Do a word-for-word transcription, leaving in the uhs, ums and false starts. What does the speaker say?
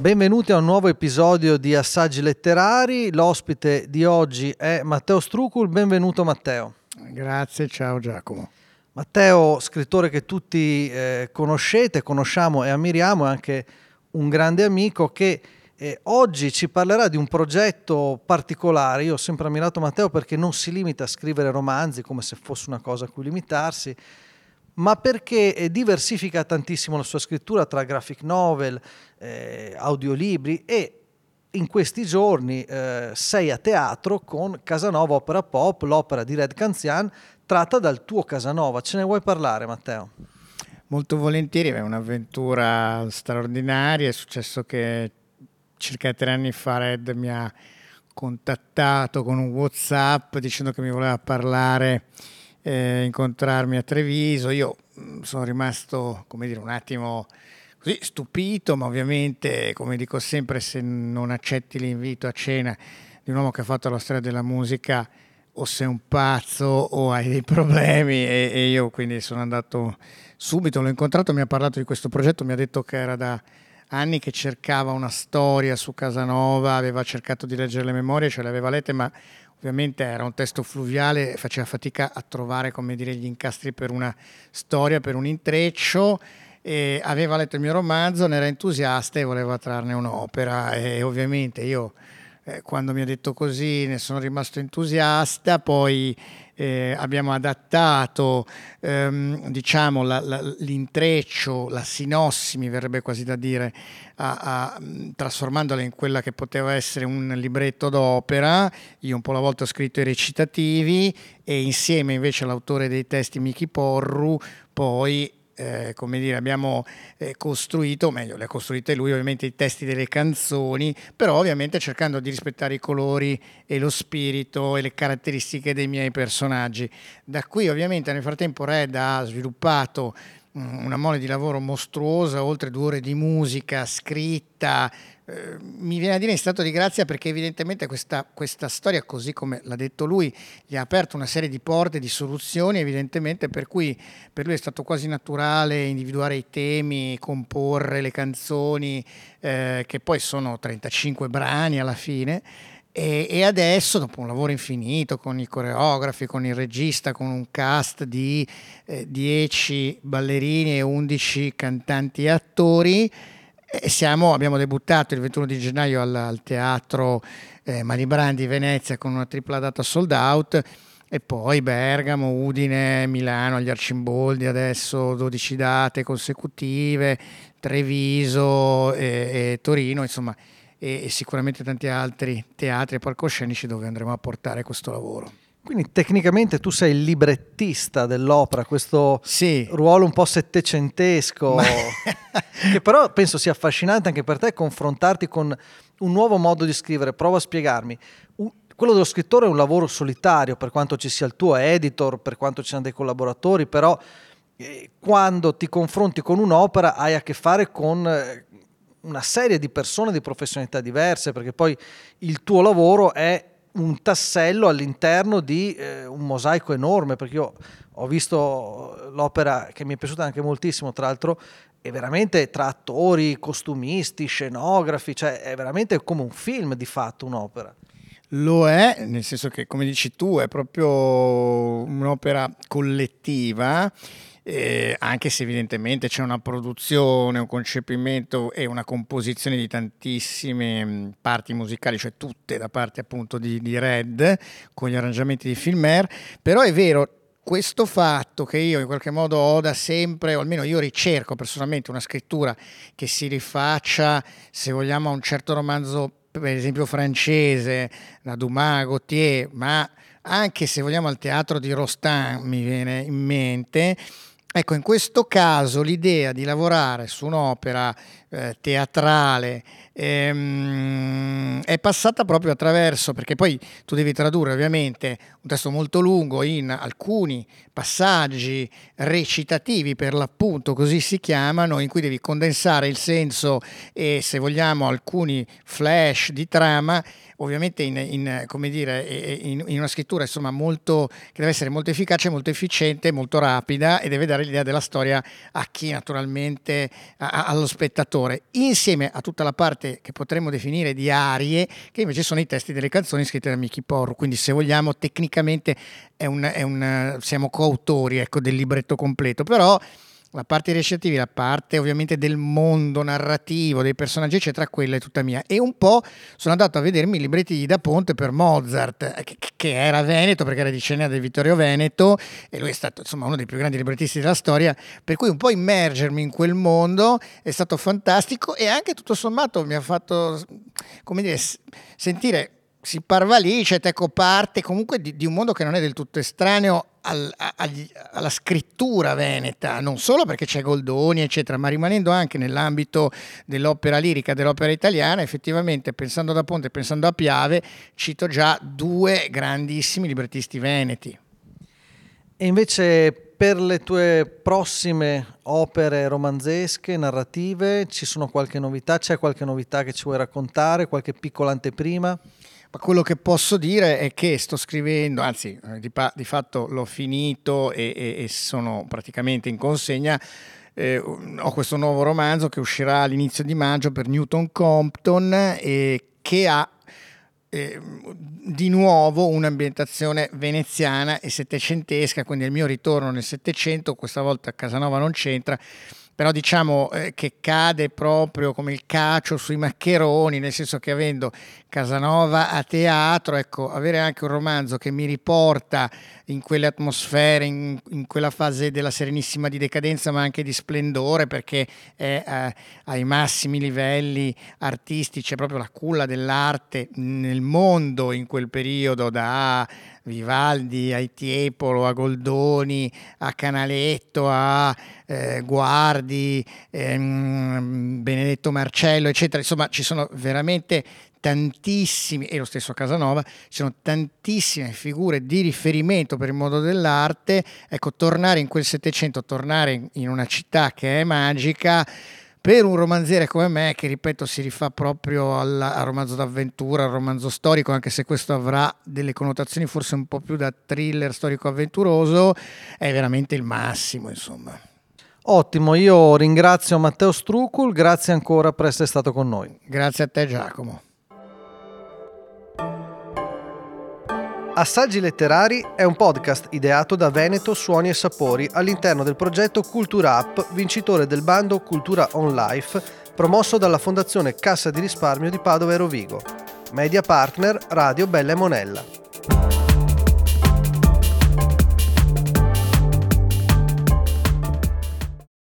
Benvenuti a un nuovo episodio di Assaggi Letterari. L'ospite di oggi è Matteo Strucul. Benvenuto Matteo. Grazie, ciao Giacomo. Matteo, scrittore che tutti eh, conoscete, conosciamo e ammiriamo, è anche un grande amico che eh, oggi ci parlerà di un progetto particolare. Io ho sempre ammirato Matteo perché non si limita a scrivere romanzi come se fosse una cosa a cui limitarsi, ma perché diversifica tantissimo la sua scrittura tra graphic novel, eh, audiolibri, e in questi giorni eh, sei a teatro con Casanova Opera Pop, l'opera di Red Canzian tratta dal tuo Casanova. Ce ne vuoi parlare, Matteo? Molto volentieri, è un'avventura straordinaria. È successo che circa tre anni fa Red mi ha contattato con un WhatsApp dicendo che mi voleva parlare, eh, incontrarmi a Treviso. Io sono rimasto, come dire, un attimo così stupito, ma ovviamente, come dico sempre, se non accetti l'invito a cena di un uomo che ha fatto la storia della musica, o sei un pazzo o hai dei problemi, e, e io quindi sono andato subito, l'ho incontrato, mi ha parlato di questo progetto, mi ha detto che era da anni che cercava una storia su Casanova, aveva cercato di leggere le memorie, ce le aveva lette, ma ovviamente era un testo fluviale, faceva fatica a trovare, come dire, gli incastri per una storia, per un intreccio. E aveva letto il mio romanzo, ne era entusiasta e voleva trarne un'opera, e ovviamente io eh, quando mi ha detto così ne sono rimasto entusiasta. Poi eh, abbiamo adattato ehm, diciamo la, la, l'intreccio, la sinossi, mi verrebbe quasi da dire, a, a, trasformandola in quella che poteva essere un libretto d'opera. Io un po' alla volta ho scritto i recitativi e insieme invece all'autore dei testi Miki Porru poi Eh, come dire, abbiamo eh, costruito, meglio le ha costruite lui ovviamente, i testi delle canzoni, però ovviamente cercando di rispettare i colori e lo spirito e le caratteristiche dei miei personaggi. Da qui ovviamente nel frattempo Red ha sviluppato mh, una mole di lavoro mostruosa, oltre due ore di musica scritta. Eh, mi viene a dire in stato di grazia, perché evidentemente questa, questa storia, così come l'ha detto lui, gli ha aperto una serie di porte, di soluzioni, evidentemente, per cui per lui è stato quasi naturale individuare i temi, comporre le canzoni, eh, che poi sono trentacinque brani alla fine. E, e adesso, dopo un lavoro infinito con i coreografi, con il regista, con un cast di eh, dieci ballerini e undici cantanti e attori, E siamo, abbiamo debuttato il ventuno di gennaio al, al Teatro eh, Malibrandi Venezia con una tripla data sold out, e poi Bergamo, Udine, Milano agli Arcimboldi, adesso dodici date consecutive, Treviso e, e Torino, insomma, e, e sicuramente tanti altri teatri e palcoscenici dove andremo a portare questo lavoro. Quindi tecnicamente tu sei il librettista dell'opera, questo sì. ruolo un po' settecentesco, Ma... che però penso sia affascinante anche per te confrontarti con un nuovo modo di scrivere. Prova a spiegarmi. Quello dello scrittore è un lavoro solitario, per quanto ci sia il tuo editor, per quanto ci siano dei collaboratori, però eh, quando ti confronti con un'opera hai a che fare con eh, una serie di persone di professionalità diverse, perché poi il tuo lavoro è un tassello all'interno di eh, un mosaico enorme, perché io ho visto l'opera, che mi è piaciuta anche moltissimo, tra l'altro, è veramente tra attori, costumisti, scenografi, cioè è veramente come un film di fatto, un'opera. Lo è, nel senso che, come dici tu, è proprio un'opera collettiva, eh, anche se evidentemente c'è una produzione, un concepimento e una composizione di tantissime parti musicali, cioè tutte da parte appunto di, di Red, con gli arrangiamenti di Filmer. Però è vero, questo fatto che io in qualche modo ho da sempre, o almeno io ricerco personalmente una scrittura che si rifaccia, se vogliamo, a un certo romanzo, per esempio francese, da Dumas, Gautier, ma anche, se vogliamo, al teatro di Rostand mi viene in mente. Ecco, in questo caso l'idea di lavorare su un'opera eh, teatrale ehm, è passata proprio attraverso, perché poi tu devi tradurre ovviamente un testo molto lungo in alcuni passaggi recitativi, per l'appunto così si chiamano, in cui devi condensare il senso e, se vogliamo, alcuni flash di trama, ovviamente in, in, come dire, in, in una scrittura, insomma, molto, che deve essere molto efficace, molto efficiente, molto rapida, e deve dare l'idea della storia a chi, naturalmente, a, allo spettatore. d'autore, insieme a tutta la parte che potremmo definire di arie, che invece sono i testi delle canzoni scritte da Mickey Porro. Quindi, se vogliamo, tecnicamente è un, è un, siamo coautori, ecco, del libretto completo, però la parte recitativi, la parte ovviamente del mondo narrativo, dei personaggi eccetera, quella è tutta mia. E un po' sono andato a vedermi i libretti di Da Ponte per Mozart, che, che era veneto, perché era di Cena del Vittorio Veneto, e lui è stato insomma uno dei più grandi librettisti della storia, per cui un po' immergermi in quel mondo è stato fantastico, e anche tutto sommato mi ha fatto, come dire, sentire, si parva lì, cioè ecco, parte comunque di, di un mondo che non è del tutto estraneo al, agli, alla scrittura veneta, non solo perché c'è Goldoni eccetera, ma rimanendo anche nell'ambito dell'opera lirica, dell'opera italiana. Effettivamente, pensando a Da Ponte, pensando a Piave, cito già due grandissimi librettisti veneti. E invece, per le tue prossime opere romanzesche, narrative, ci sono qualche novità? C'è qualche novità che ci vuoi raccontare? Qualche piccola anteprima? Ma quello che posso dire è che sto scrivendo, anzi di, pa- di fatto l'ho finito e, e, e sono praticamente in consegna. Eh, ho questo nuovo romanzo che uscirà all'inizio di maggio per Newton Compton, e che ha eh, di nuovo un'ambientazione veneziana e settecentesca, quindi il mio ritorno nel Settecento. Questa volta Casanova non c'entra, però diciamo eh, che cade proprio come il cacio sui maccheroni, nel senso che, avendo Casanova a teatro, ecco, avere anche un romanzo che mi riporta in quelle atmosfere, in, in quella fase della Serenissima di decadenza, ma anche di splendore, perché è eh, ai massimi livelli artistici, è proprio la culla dell'arte nel mondo in quel periodo, da Vivaldi a Tiepolo, a Goldoni, a Canaletto, a eh, Guardi, ehm, Benedetto Marcello, eccetera. Insomma, ci sono veramente tantissimi, e lo stesso Casanova, ci sono tantissime figure di riferimento per il mondo dell'arte. Ecco, tornare in quel Settecento, tornare in una città che è magica, per un romanziere come me, che ripeto si rifà proprio al, al romanzo d'avventura, al romanzo storico, anche se questo avrà delle connotazioni forse un po' più da thriller storico-avventuroso, è veramente il massimo, insomma. Ottimo, io ringrazio Matteo Strucul, grazie ancora per essere stato con noi. Grazie a te, Giacomo. Assaggi letterari è un podcast ideato da Veneto Suoni e Sapori all'interno del progetto Cultura Up, vincitore del bando Cultura on Life, promosso dalla Fondazione Cassa di Risparmio di Padova e Rovigo. Media partner Radio Bella e Monella.